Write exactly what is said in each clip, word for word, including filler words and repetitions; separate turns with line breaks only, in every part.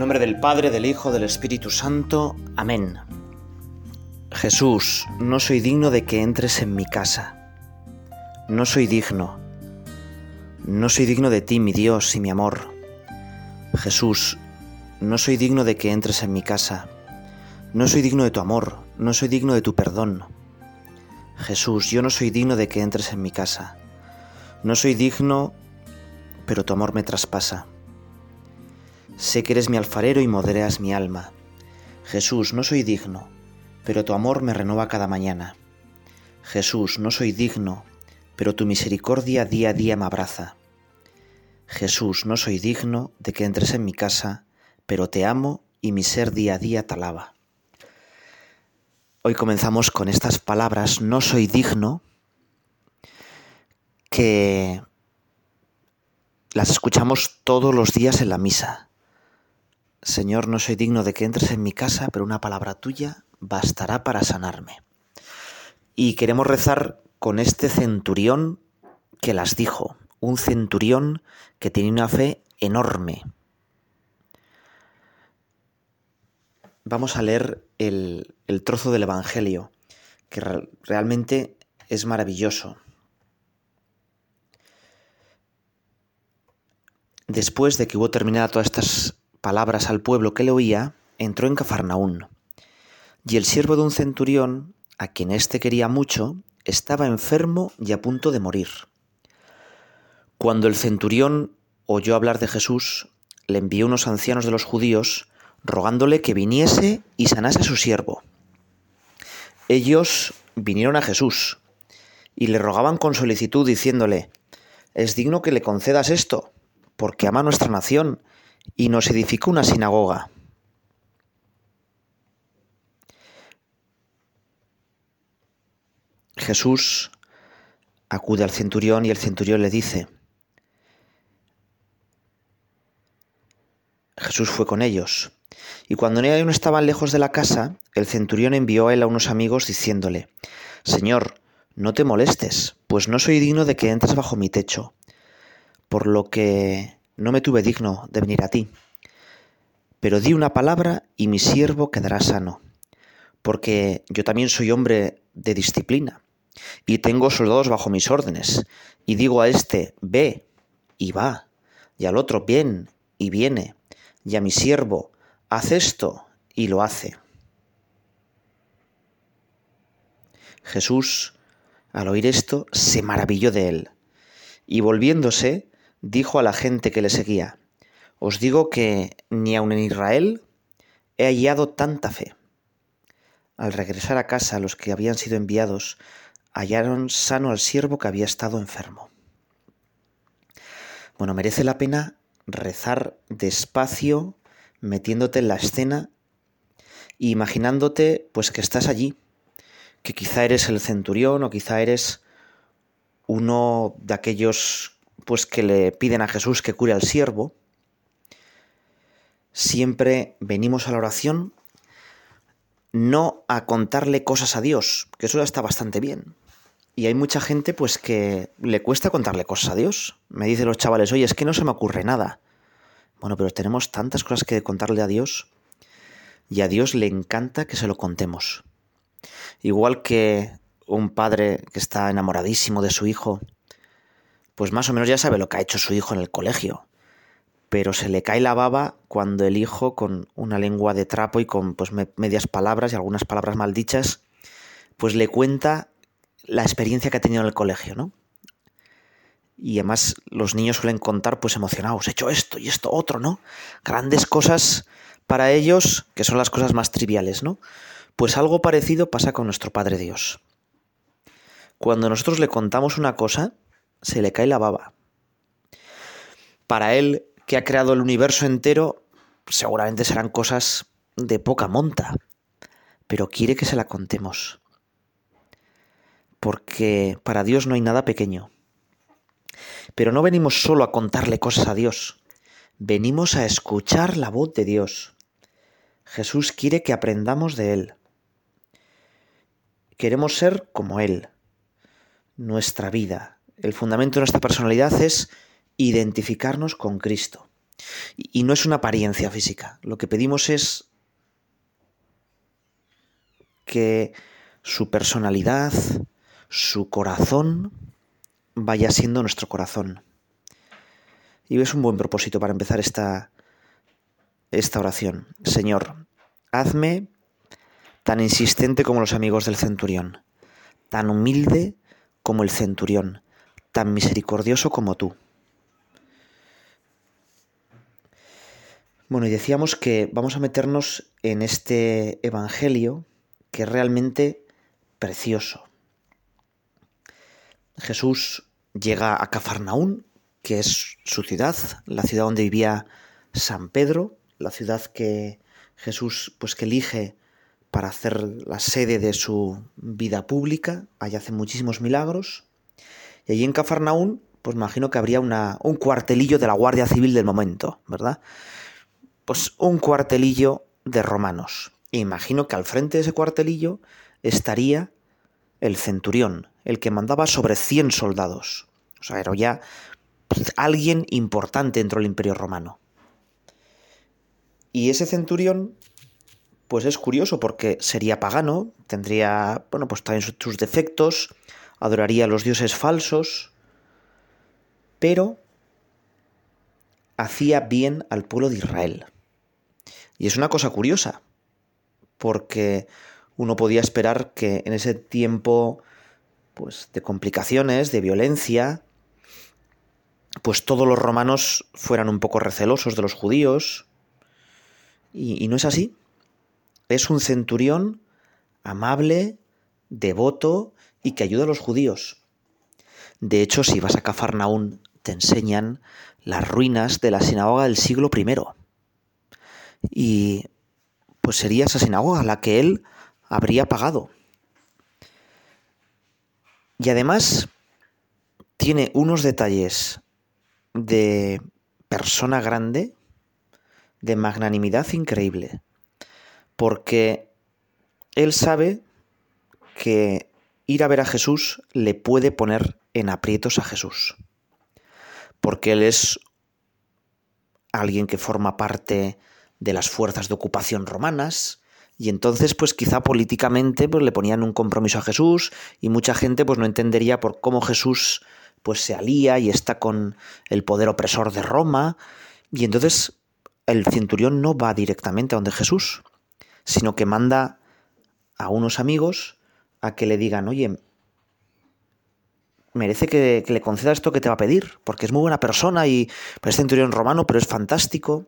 nombre del Padre, del Hijo, del Espíritu Santo. Amén. Jesús, no soy digno de que entres en mi casa. No soy digno. No soy digno de ti, mi Dios y mi amor. Jesús, no soy digno de que entres en mi casa. No soy digno de tu amor. No soy digno de tu perdón. Jesús, yo no soy digno de que entres en mi casa. No soy digno, pero tu amor me traspasa. Sé que eres mi alfarero y modelas mi alma. Jesús, no soy digno, pero tu amor me renueva cada mañana. Jesús, no soy digno, pero tu misericordia día a día me abraza. Jesús, no soy digno de que entres en mi casa, pero te amo y mi ser día a día te alaba. Hoy comenzamos con estas palabras, no soy digno, que las escuchamos todos los días en la misa. Señor, no soy digno de que entres en mi casa, pero una palabra tuya bastará para sanarme. Y queremos rezar con este centurión que las dijo, un centurión que tenía una fe enorme. Vamos a leer el, el trozo del Evangelio, que re- realmente es maravilloso. Después de que hubo terminado todas estas palabras al pueblo que le oía, entró en Cafarnaún. Y el siervo de un centurión, a quien éste quería mucho, estaba enfermo y a punto de morir. Cuando el centurión oyó hablar de Jesús, le envió unos ancianos de los judíos, rogándole que viniese y sanase a su siervo. Ellos vinieron a Jesús y le rogaban con solicitud, diciéndole: «Es digno que le concedas esto, porque ama a nuestra nación y nos edificó una sinagoga». Jesús acude al centurión y el centurión le dice. Jesús fue con ellos. Y cuando ellos no estaban lejos de la casa, el centurión envió a él a unos amigos diciéndole: «Señor, no te molestes, pues no soy digno de que entres bajo mi techo, por lo que no me tuve digno de venir a ti. Pero di una palabra y mi siervo quedará sano, porque yo también soy hombre de disciplina, y tengo soldados bajo mis órdenes, y digo a este, ve, y va, y al otro, ven, y viene, y a mi siervo, haz esto, y lo hace». Jesús, al oír esto, se maravilló de él, y volviéndose, dijo a la gente que le seguía: «Os digo que ni aun en Israel he hallado tanta fe». Al regresar a casa, los que habían sido enviados hallaron sano al siervo que había estado enfermo. Bueno, merece la pena rezar despacio, metiéndote en la escena e imaginándote pues que estás allí, que quizá eres el centurión o quizá eres uno de aquellos pues que le piden a Jesús que cure al siervo. Siempre venimos a la oración no a contarle cosas a Dios, que eso ya está bastante bien. Y hay mucha gente pues que le cuesta contarle cosas a Dios. Me dicen los chavales: «Oye, es que no se me ocurre nada». Bueno, pero tenemos tantas cosas que contarle a Dios, y a Dios le encanta que se lo contemos. Igual que un padre que está enamoradísimo de su hijo, pues más o menos ya sabe lo que ha hecho su hijo en el colegio, pero se le cae la baba cuando el hijo, con una lengua de trapo y con pues medias palabras y algunas palabras mal dichas, pues le cuenta la experiencia que ha tenido en el colegio, ¿no? Y además los niños suelen contar pues emocionados: «He hecho esto y esto otro», ¿no? Grandes cosas para ellos, que son las cosas más triviales, ¿no? Pues algo parecido pasa con nuestro Padre Dios. Cuando nosotros le contamos una cosa, se le cae la baba. Para Él, que ha creado el universo entero, seguramente serán cosas de poca monta, pero quiere que se la contemos. Porque para Dios no hay nada pequeño. Pero no venimos solo a contarle cosas a Dios, venimos a escuchar la voz de Dios. Jesús quiere que aprendamos de Él. Queremos ser como Él. Nuestra vida, el fundamento de nuestra personalidad es identificarnos con Cristo. Y no es una apariencia física. Lo que pedimos es que su personalidad, su corazón, vaya siendo nuestro corazón. Y es un buen propósito para empezar esta, esta oración. Señor, hazme tan insistente como los amigos del centurión, tan humilde como el centurión, tan misericordioso como tú. Bueno, y decíamos que vamos a meternos en este evangelio que es realmente precioso. Jesús llega a Cafarnaún, que es su ciudad, la ciudad donde vivía San Pedro, la ciudad que Jesús pues que elige para hacer la sede de su vida pública. Allí hace muchísimos milagros. Y allí en Cafarnaún, pues me imagino que habría una, un cuartelillo de la Guardia Civil del momento, ¿verdad? Pues un cuartelillo de romanos. E imagino que al frente de ese cuartelillo estaría el centurión, el que mandaba sobre cien soldados. O sea, era ya pues, alguien importante dentro del Imperio Romano. Y ese centurión, pues es curioso porque sería pagano, tendría, bueno, pues también sus defectos, adoraría a los dioses falsos, pero hacía bien al pueblo de Israel. Y es una cosa curiosa, porque uno podía esperar que en ese tiempo pues, de complicaciones, de violencia, pues todos los romanos fueran un poco recelosos de los judíos, y, y no es así. Es un centurión amable, devoto y que ayuda a los judíos. De hecho, si vas a Cafarnaún, te enseñan las ruinas de la sinagoga del siglo primero. Y pues sería esa sinagoga la que él habría pagado. Y además tiene unos detalles de persona grande, de magnanimidad increíble, porque él sabe que ir a ver a Jesús le puede poner en aprietos a Jesús, porque él es alguien que forma parte de las fuerzas de ocupación romanas, y entonces pues quizá políticamente pues le ponían un compromiso a Jesús y mucha gente pues no entendería por cómo Jesús pues se alía y está con el poder opresor de Roma, y entonces el centurión no va directamente a donde Jesús, sino que manda a unos amigos a que le digan, oye, merece que, que le conceda esto que te va a pedir, porque es muy buena persona y pues, es centurión romano, pero es fantástico.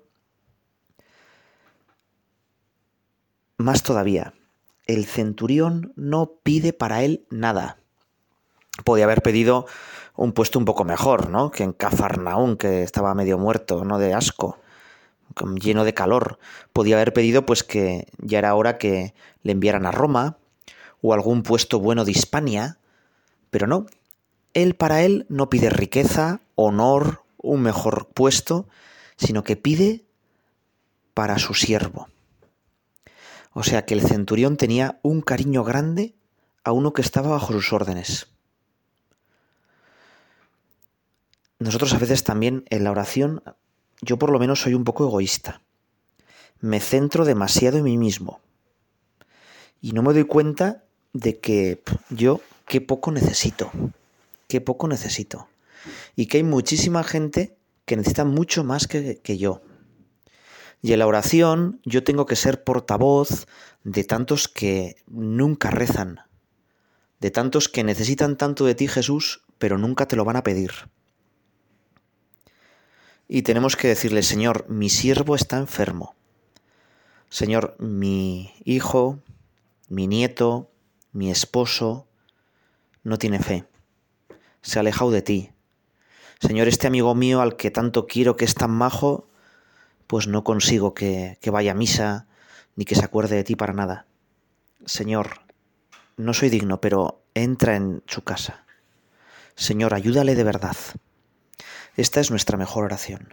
Más todavía, el centurión no pide para él nada. Podía haber pedido un puesto un poco mejor, ¿no? Que en Cafarnaún, que estaba medio muerto, no de asco, lleno de calor. Podía haber pedido pues que ya era hora que le enviaran a Roma o algún puesto bueno de Hispania, pero no. Él para él no pide riqueza, honor, un mejor puesto, sino que pide para su siervo. O sea que el centurión tenía un cariño grande a uno que estaba bajo sus órdenes. Nosotros a veces también en la oración, yo por lo menos soy un poco egoísta. Me centro demasiado en mí mismo. Y no me doy cuenta de que yo qué poco necesito. Qué poco necesito. Y que hay muchísima gente que necesita mucho más que, que yo. Y en la oración yo tengo que ser portavoz de tantos que nunca rezan. De tantos que necesitan tanto de ti, Jesús, pero nunca te lo van a pedir. Y tenemos que decirle, Señor, mi siervo está enfermo. Señor, mi hijo, mi nieto, mi esposo, no tiene fe. Se ha alejado de ti. Señor, este amigo mío al que tanto quiero, que es tan majo, pues no consigo que, que vaya a misa, ni que se acuerde de ti para nada. Señor, no soy digno, pero entra en su casa. Señor, ayúdale de verdad. Esta es nuestra mejor oración.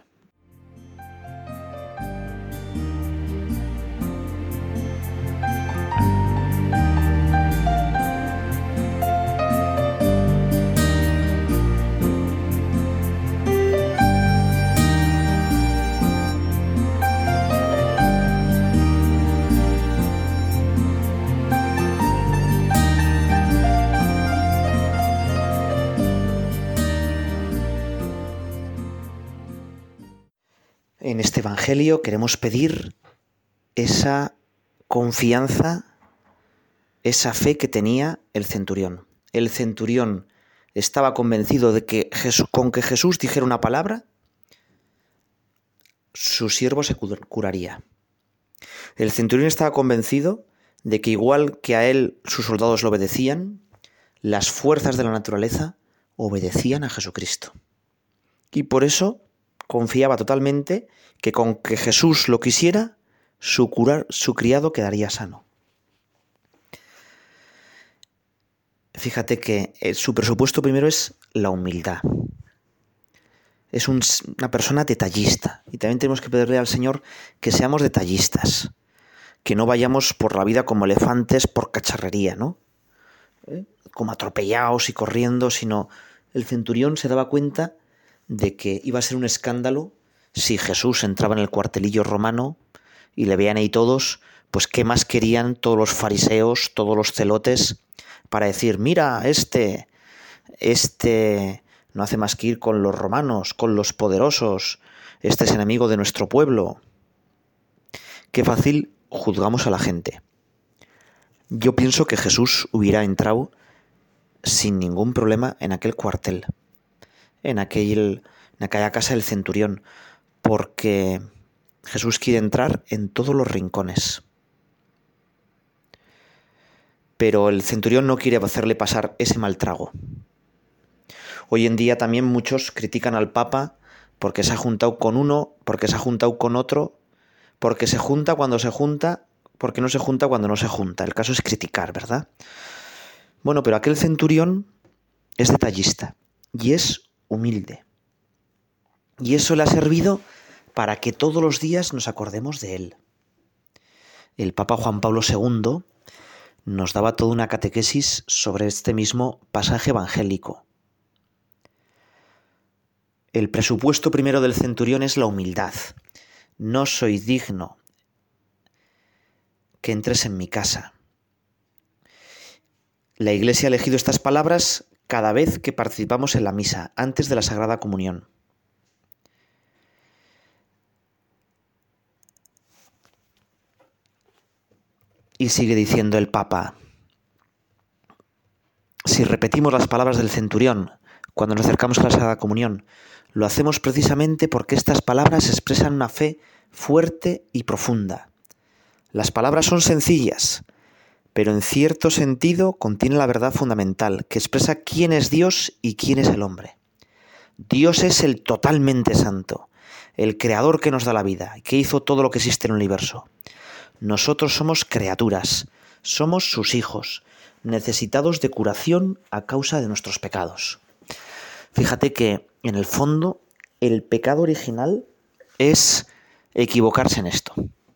En este Evangelio queremos pedir esa confianza, esa fe que tenía el centurión. El centurión estaba convencido de que Jesús, con que Jesús dijera una palabra, su siervo se curaría. El centurión estaba convencido de que igual que a él sus soldados lo obedecían, las fuerzas de la naturaleza obedecían a Jesucristo. Y por eso confiaba totalmente que con que Jesús lo quisiera, su, curar, su criado quedaría sano. Fíjate que su presupuesto primero es la humildad. Es un, una persona detallista. Y también tenemos que pedirle al Señor que seamos detallistas. Que no vayamos por la vida como elefantes por cacharrería, ¿no? ¿Eh? Como atropellados y corriendo, sino el centurión se daba cuenta de que iba a ser un escándalo si Jesús entraba en el cuartelillo romano y le veían ahí todos, pues qué más querían todos los fariseos, todos los celotes, para decir, mira, este, este no hace más que ir con los romanos, con los poderosos, este es enemigo de nuestro pueblo. Qué fácil juzgamos a la gente. Yo pienso que Jesús hubiera entrado sin ningún problema en aquel cuartel, en, aquel, en aquella casa del centurión, porque Jesús quiere entrar en todos los rincones. Pero el centurión no quiere hacerle pasar ese mal trago. Hoy en día también muchos critican al Papa porque se ha juntado con uno, porque se ha juntado con otro, porque se junta cuando se junta, porque no se junta cuando no se junta. El caso es criticar, ¿verdad? Bueno, pero aquel centurión es detallista y es humilde. Y eso le ha servido para que todos los días nos acordemos de él. El Papa Juan Pablo segundo nos daba toda una catequesis sobre este mismo pasaje evangélico. El presupuesto primero del centurión es la humildad. No soy digno que entres en mi casa. La Iglesia ha elegido estas palabras cada vez que participamos en la misa, antes de la Sagrada Comunión. Y sigue diciendo el Papa, si repetimos las palabras del centurión cuando nos acercamos a la Sagrada Comunión, lo hacemos precisamente porque estas palabras expresan una fe fuerte y profunda. Las palabras son sencillas, pero en cierto sentido contiene la verdad fundamental, que expresa quién es Dios y quién es el hombre. Dios es el totalmente santo, el creador que nos da la vida, que hizo todo lo que existe en el universo. Nosotros somos criaturas, somos sus hijos, necesitados de curación a causa de nuestros pecados. Fíjate que, en el fondo, el pecado original es equivocarse en esto.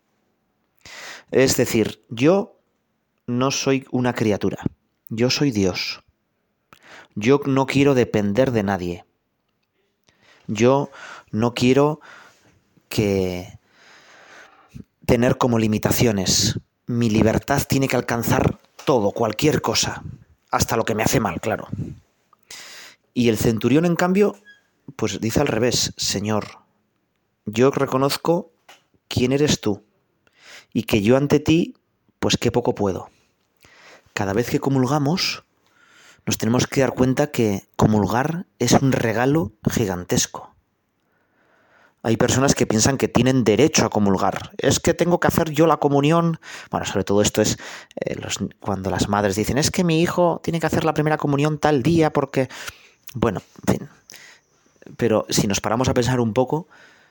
Es decir, yo no soy una criatura, yo soy Dios. Yo no quiero depender de nadie. Yo no quiero que tener como limitaciones. Mi libertad tiene que alcanzar todo, cualquier cosa, hasta lo que me hace mal, claro. Y el centurión, en cambio, pues dice al revés, Señor, yo reconozco quién eres tú y que yo ante ti, pues qué poco puedo. Cada vez que comulgamos, nos tenemos que dar cuenta que comulgar es un regalo gigantesco. Hay personas que piensan que tienen derecho a comulgar. Es que tengo que hacer yo la comunión. Bueno, sobre todo esto es eh, los, cuando las madres dicen, es que mi hijo tiene que hacer la primera comunión tal día porque... Bueno, en fin. Pero si nos paramos a pensar un poco,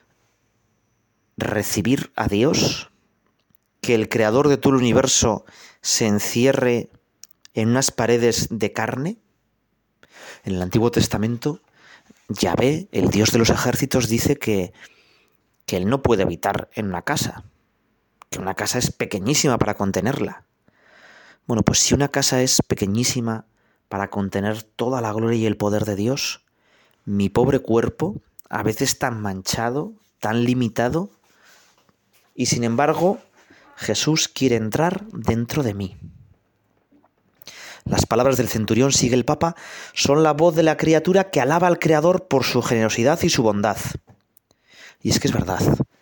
recibir a Dios, que el creador de todo el universo se encierre en unas paredes de carne. En el Antiguo Testamento, Yahvé, el Dios de los ejércitos, dice que, que él no puede habitar en una casa, que una casa es pequeñísima para contenerla. Bueno, pues si una casa es pequeñísima para contener toda la gloria y el poder de Dios, mi pobre cuerpo, a veces tan manchado, tan limitado, y sin embargo, Jesús quiere entrar dentro de mí. Las palabras del centurión, sigue el Papa, son la voz de la criatura que alaba al Creador por su generosidad y su bondad. Y es que es verdad,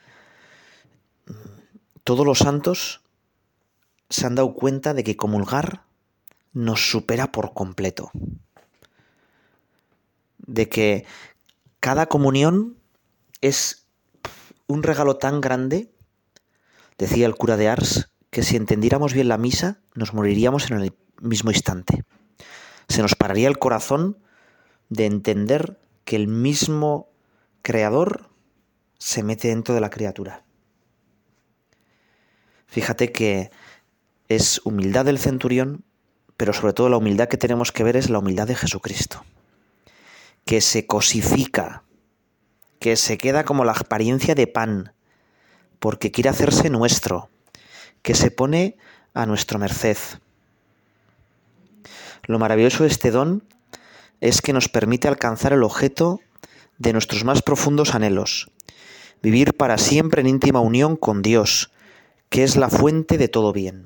todos los santos se han dado cuenta de que comulgar nos supera por completo. De que cada comunión es un regalo tan grande, decía el cura de Ars, que si entendiéramos bien la misa, nos moriríamos en el mismo instante. Se nos pararía el corazón de entender que el mismo Creador se mete dentro de la criatura. Fíjate que es humildad del centurión, pero sobre todo la humildad que tenemos que ver es la humildad de Jesucristo, que se cosifica, que se queda como la apariencia de pan, porque quiere hacerse nuestro, que se pone a nuestra merced. Lo maravilloso de este don es que nos permite alcanzar el objeto de nuestros más profundos anhelos, vivir para siempre en íntima unión con Dios, que es la fuente de todo bien.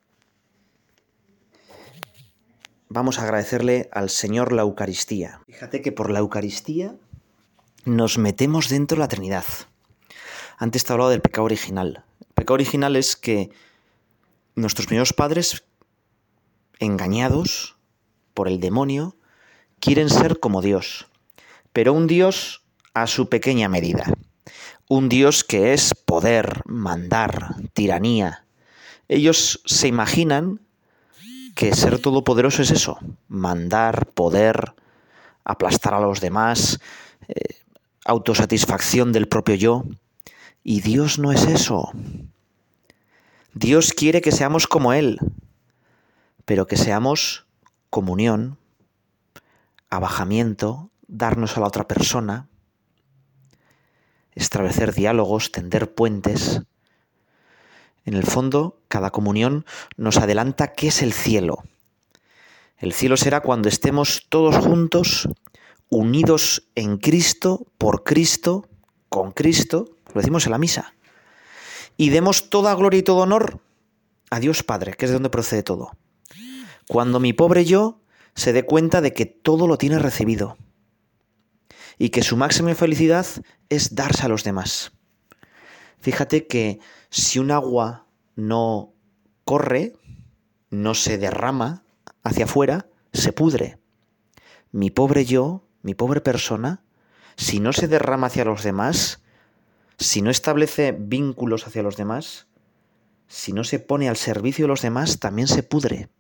Vamos a agradecerle al Señor la Eucaristía. Fíjate que por la Eucaristía nos metemos dentro de la Trinidad. Antes te he hablado del pecado original. El pecado original es que nuestros primeros padres, engañados por el demonio, quieren ser como Dios, pero un Dios a su pequeña medida. Un Dios que es poder, mandar, tiranía. Ellos se imaginan que ser todopoderoso es eso, mandar, poder, aplastar a los demás, eh, autosatisfacción del propio yo. Y Dios no es eso. Dios quiere que seamos como Él, pero que seamos comunión, abajamiento, darnos a la otra persona, establecer diálogos, tender puentes. En el fondo, cada comunión nos adelanta qué es el cielo. El cielo será cuando estemos todos juntos, unidos en Cristo, por Cristo, con Cristo, lo decimos en la misa, y demos toda gloria y todo honor a Dios Padre, que es de donde procede todo. Cuando mi pobre yo se dé cuenta de que todo lo tiene recibido y que su máxima felicidad es darse a los demás. Fíjate que si un agua no corre, no se derrama hacia afuera, se pudre. Mi pobre yo, mi pobre persona, si no se derrama hacia los demás, si no establece vínculos hacia los demás, si no se pone al servicio de los demás, también se pudre.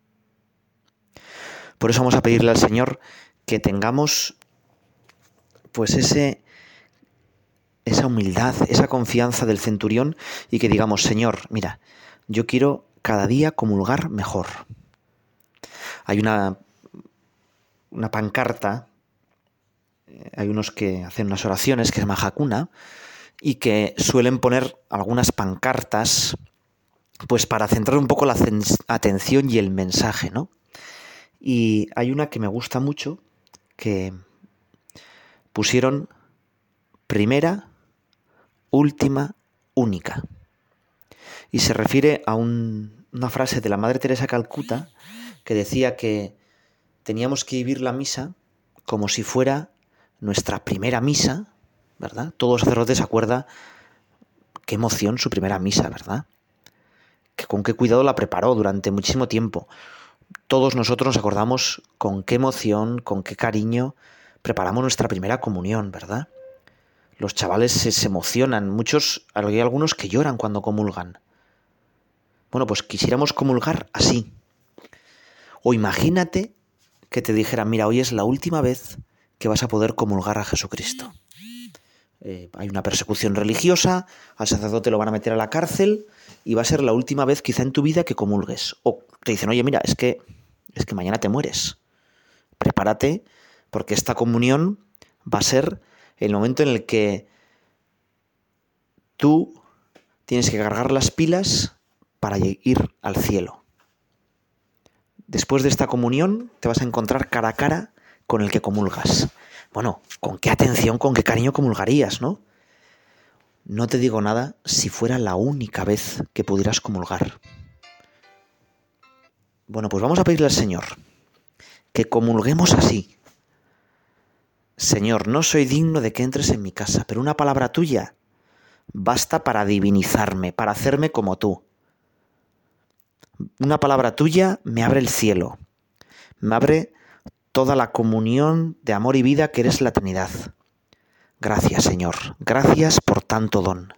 Por eso vamos a pedirle al Señor que tengamos pues ese, esa humildad, esa confianza del centurión y que digamos, Señor, mira, yo quiero cada día comulgar mejor. Hay una, una pancarta, hay unos que hacen unas oraciones que se llama Jacuna y que suelen poner algunas pancartas pues para centrar un poco la atención y el mensaje, ¿no? Y hay una que me gusta mucho, que pusieron primera, última, única. Y se refiere a un, una frase de la Madre Teresa de Calcuta que decía que teníamos que vivir la misa como si fuera nuestra primera misa, ¿verdad? Todo sacerdote se acuerda qué emoción su primera misa, ¿verdad? Que con qué cuidado la preparó durante muchísimo tiempo. Todos nosotros nos acordamos con qué emoción, con qué cariño preparamos nuestra primera comunión, ¿verdad? Los chavales se, se emocionan, muchos, hay algunos que lloran cuando comulgan. Bueno, pues quisiéramos comulgar así. O imagínate que te dijeran, mira, hoy es la última vez que vas a poder comulgar a Jesucristo. Eh, hay una persecución religiosa, al sacerdote lo van a meter a la cárcel y va a ser la última vez quizá en tu vida que comulgues. O te dicen, oye, mira, es que, es que mañana te mueres. Prepárate porque esta comunión va a ser el momento en el que tú tienes que cargar las pilas para ir al cielo. Después de esta comunión te vas a encontrar cara a cara con el que comulgas. Bueno, con qué atención, con qué cariño comulgarías, ¿no? No te digo nada si fuera la única vez que pudieras comulgar. Bueno, pues vamos a pedirle al Señor que comulguemos así. Señor, no soy digno de que entres en mi casa, pero una palabra tuya basta para divinizarme, para hacerme como tú. Una palabra tuya me abre el cielo, me abre toda la comunión de amor y vida que eres la Trinidad. Gracias, Señor, gracias por tanto don.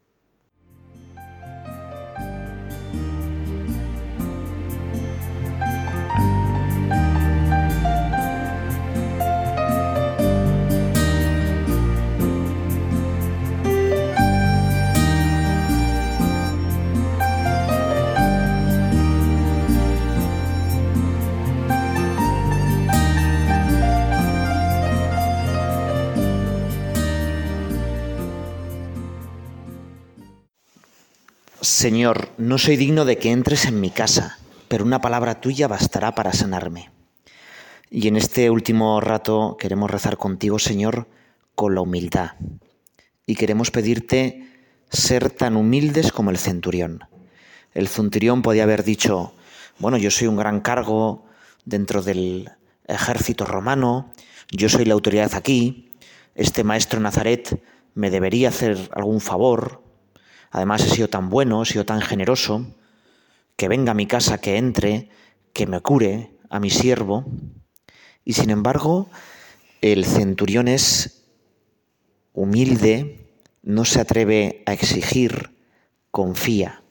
Señor, no soy digno de que entres en mi casa, pero una palabra tuya bastará para sanarme. Y en este último rato queremos rezar contigo, Señor, con la humildad. Y queremos pedirte ser tan humildes como el centurión. El centurión podía haber dicho, bueno, yo soy un gran cargo dentro del ejército romano, yo soy la autoridad aquí, este maestro Nazaret me debería hacer algún favor. Además he sido tan bueno, he sido tan generoso, que venga a mi casa, que entre, que me cure a mi siervo. Y sin embargo, el centurión es humilde, no se atreve a exigir, confía.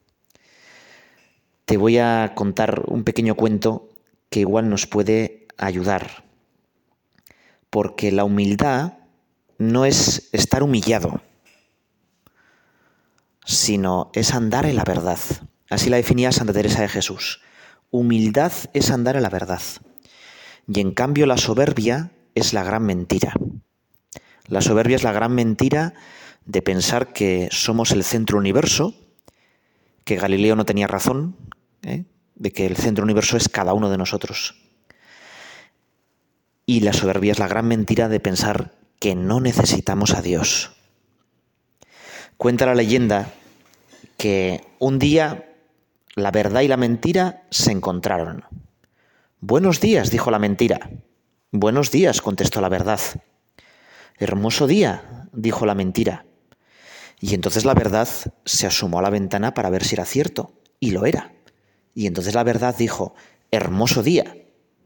Te voy a contar un pequeño cuento que igual nos puede ayudar. Porque la humildad no es estar humillado, sino es andar en la verdad. Así la definía Santa Teresa de Jesús. Humildad es andar en la verdad. Y en cambio la soberbia es la gran mentira. La soberbia es la gran mentira de pensar que somos el centro universo, que Galileo no tenía razón, ¿eh? de que el centro universo es cada uno de nosotros. Y la soberbia es la gran mentira de pensar que no necesitamos a Dios. Cuenta la leyenda que un día la verdad y la mentira se encontraron. Buenos días, dijo la mentira. Buenos días, contestó la verdad. Hermoso día, dijo la mentira. Y entonces la verdad se asomó a la ventana para ver si era cierto, y lo era. Y entonces la verdad dijo, hermoso día.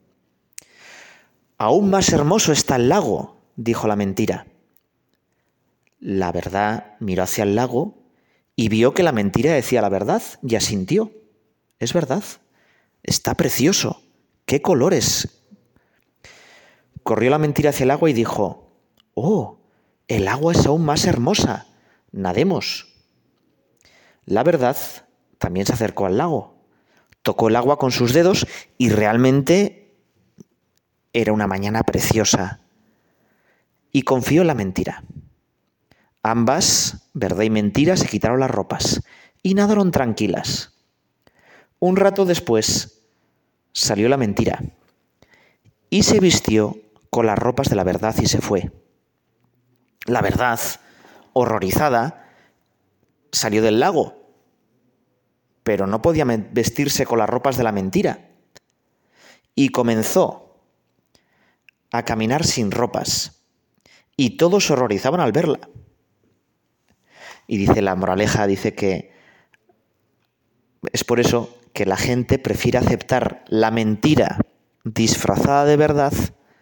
Aún más hermoso está el lago, dijo la mentira. La verdad miró hacia el lago y vio que la mentira decía la verdad y asintió. Es verdad, está precioso. ¿Qué colores? Corrió la mentira hacia el agua y dijo, oh, el agua es aún más hermosa. Nademos. La verdad también se acercó al lago, tocó el agua con sus dedos y realmente era una mañana preciosa. Y confió en la mentira. Ambas, verdad y mentira, se quitaron las ropas y nadaron tranquilas. Un rato después salió la mentira y se vistió con las ropas de la verdad y se fue. La verdad, horrorizada, salió del lago, pero no podía vestirse con las ropas de la mentira y comenzó a caminar sin ropas y todos se horrorizaban al verla. Y dice la moraleja, dice que es por eso que la gente prefiere aceptar la mentira disfrazada de verdad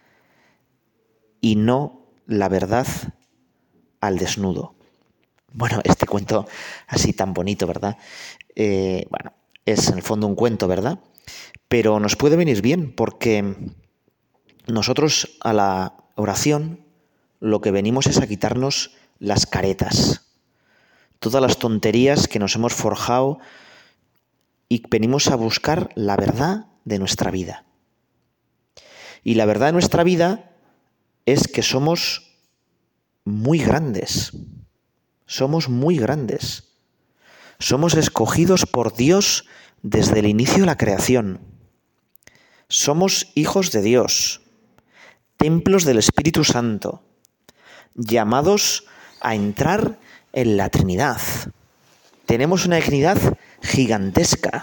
y no la verdad al desnudo. Bueno, este cuento así tan bonito, ¿verdad? Eh, bueno, es en el fondo un cuento, ¿verdad? Pero nos puede venir bien porque nosotros a la oración lo que venimos es a quitarnos las caretas, todas las tonterías que nos hemos forjado y venimos a buscar la verdad de nuestra vida. Y la verdad de nuestra vida es que somos muy grandes. Somos muy grandes. Somos escogidos por Dios desde el inicio de la creación. Somos hijos de Dios, templos del Espíritu Santo, llamados a entrar en la Trinidad. Tenemos una dignidad gigantesca.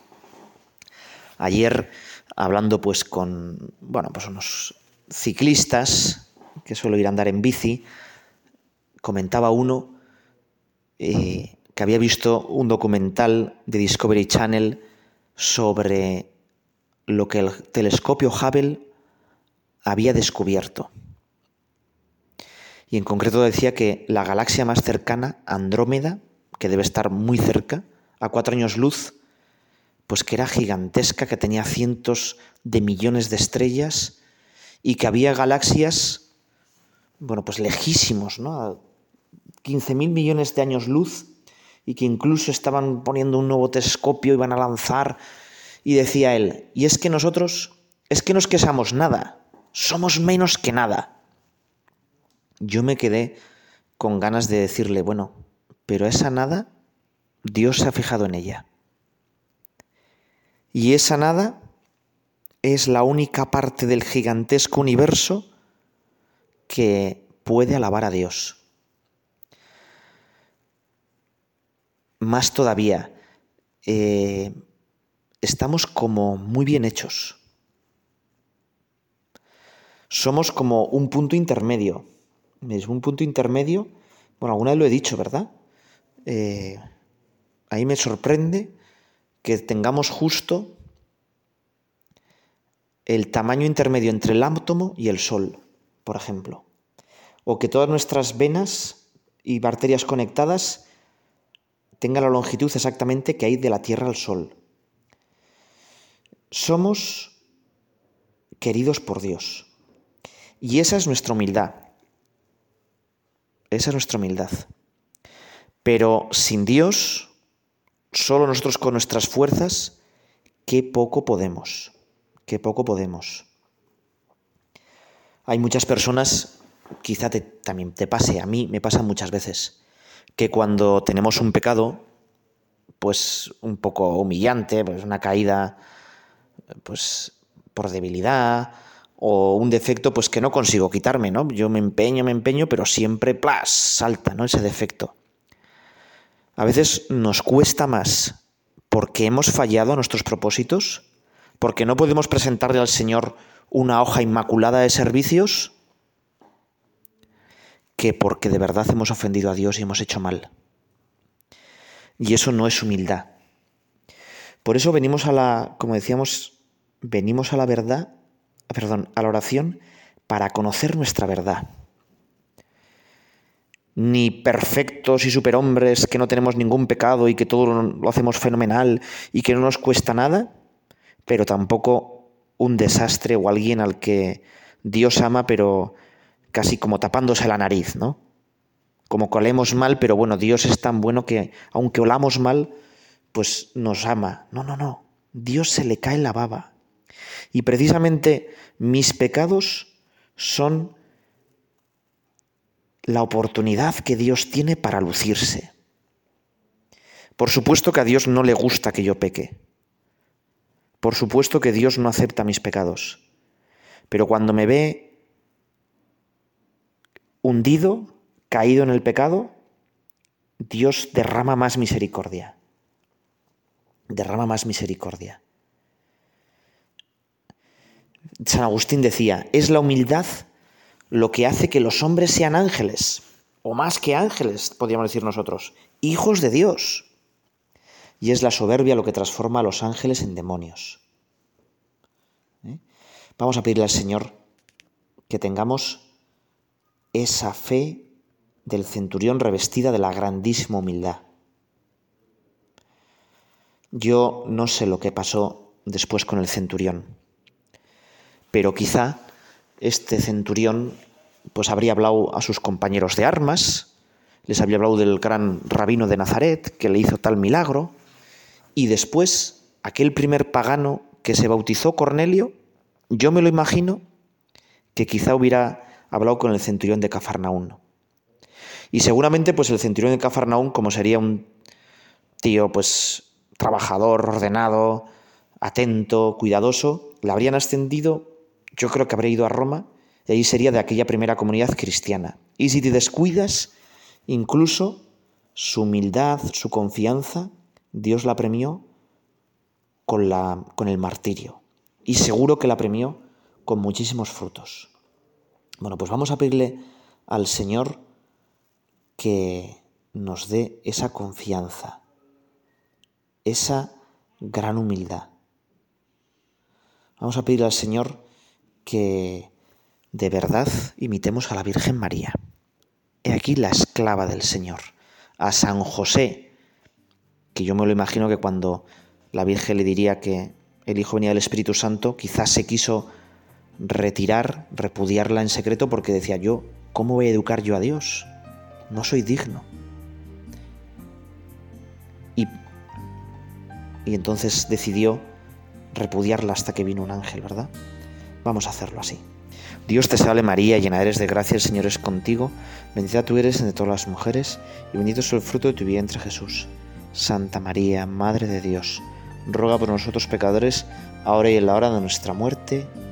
Ayer, hablando pues con, bueno, pues unos ciclistas que suelo ir a andar en bici, comentaba uno eh, que había visto un documental de Discovery Channel sobre lo que el telescopio Hubble había descubierto. Y en concreto decía que la galaxia más cercana, Andrómeda, que debe estar muy cerca, a cuatro años luz, pues que era gigantesca, que tenía cientos de millones de estrellas y que había galaxias, bueno, pues lejísimos, ¿no? A quince mil millones de años luz, y que incluso estaban poniendo un nuevo telescopio, iban a lanzar, y decía él, y es que nosotros, es que no es que seamos nada, somos menos que nada. Yo me quedé con ganas de decirle, bueno, pero esa nada, Dios se ha fijado en ella. Y esa nada es la única parte del gigantesco universo que puede alabar a Dios. Más todavía, eh, estamos como muy bien hechos. Somos como un punto intermedio. Es un punto intermedio, bueno, alguna vez lo he dicho, ¿verdad? Eh, ahí me sorprende que tengamos justo el tamaño intermedio entre el átomo y el Sol, por ejemplo. O que todas nuestras venas y arterias conectadas tengan la longitud exactamente que hay de la Tierra al Sol. Somos queridos por Dios. Y esa es nuestra humildad. Esa es nuestra humildad. Pero sin Dios, solo nosotros con nuestras fuerzas, qué poco podemos. Qué poco podemos. Hay muchas personas, quizá te, también te pase, a mí me pasa muchas veces, que cuando tenemos un pecado, pues un poco humillante, pues una caída, pues por debilidad, o un defecto pues que no consigo quitarme, ¿no? Yo me empeño, me empeño, pero siempre ¡plas! Salta, ¿no? Ese defecto. A veces nos cuesta más porque hemos fallado a nuestros propósitos, porque no podemos presentarle al Señor una hoja inmaculada de servicios, que porque de verdad hemos ofendido a Dios y hemos hecho mal. Y eso no es humildad. Por eso venimos a la, como decíamos, venimos a la verdad, perdón, a la oración para conocer nuestra verdad. Ni perfectos y superhombres que no tenemos ningún pecado y que todo lo hacemos fenomenal y que no nos cuesta nada, pero tampoco un desastre o alguien al que Dios ama, pero casi como tapándose la nariz, ¿no? Como que olemos mal, pero bueno, Dios es tan bueno que aunque olamos mal, pues nos ama. No, no, no. Dios se le cae la baba. Y precisamente mis pecados son la oportunidad que Dios tiene para lucirse. Por supuesto que a Dios no le gusta que yo peque. Por supuesto que Dios no acepta mis pecados. Pero cuando me ve hundido, caído en el pecado, Dios derrama más misericordia. Derrama más misericordia. San Agustín decía, es la humildad lo que hace que los hombres sean ángeles, o más que ángeles, podríamos decir nosotros, hijos de Dios. Y es la soberbia lo que transforma a los ángeles en demonios. ¿Eh? Vamos a pedirle al Señor que tengamos esa fe del centurión revestida de la grandísima humildad. Yo no sé lo que pasó después con el centurión, pero quizá este centurión pues habría hablado a sus compañeros de armas, les habría hablado del gran rabino de Nazaret que le hizo tal milagro, y después aquel primer pagano que se bautizó, Cornelio, yo me lo imagino que quizá hubiera hablado con el centurión de Cafarnaún. Y seguramente pues el centurión de Cafarnaún, como sería un tío pues trabajador, ordenado, atento, cuidadoso, le habrían ascendido, yo creo que habría ido a Roma, y ahí sería de aquella primera comunidad cristiana. Y si te descuidas, incluso su humildad, su confianza, Dios la premió con, la, con el martirio. Y seguro que la premió con muchísimos frutos. Bueno, pues vamos a pedirle al Señor que nos dé esa confianza, esa gran humildad. Vamos a pedir al Señor que de verdad imitemos a la Virgen María. He aquí la esclava del Señor, a San José, que yo me lo imagino que cuando la Virgen le diría que el Hijo venía del Espíritu Santo, quizás se quiso retirar, repudiarla en secreto, porque decía: yo, ¿cómo voy a educar yo a Dios? No soy digno. Y, y entonces decidió repudiarla hasta que vino un ángel, ¿verdad? Vamos a hacerlo así. Dios te salve María, llena eres de gracia, el Señor es contigo, bendita tú eres entre todas las mujeres, y bendito es el fruto de tu vientre Jesús. Santa María, Madre de Dios, ruega por nosotros pecadores, ahora y en la hora de nuestra muerte.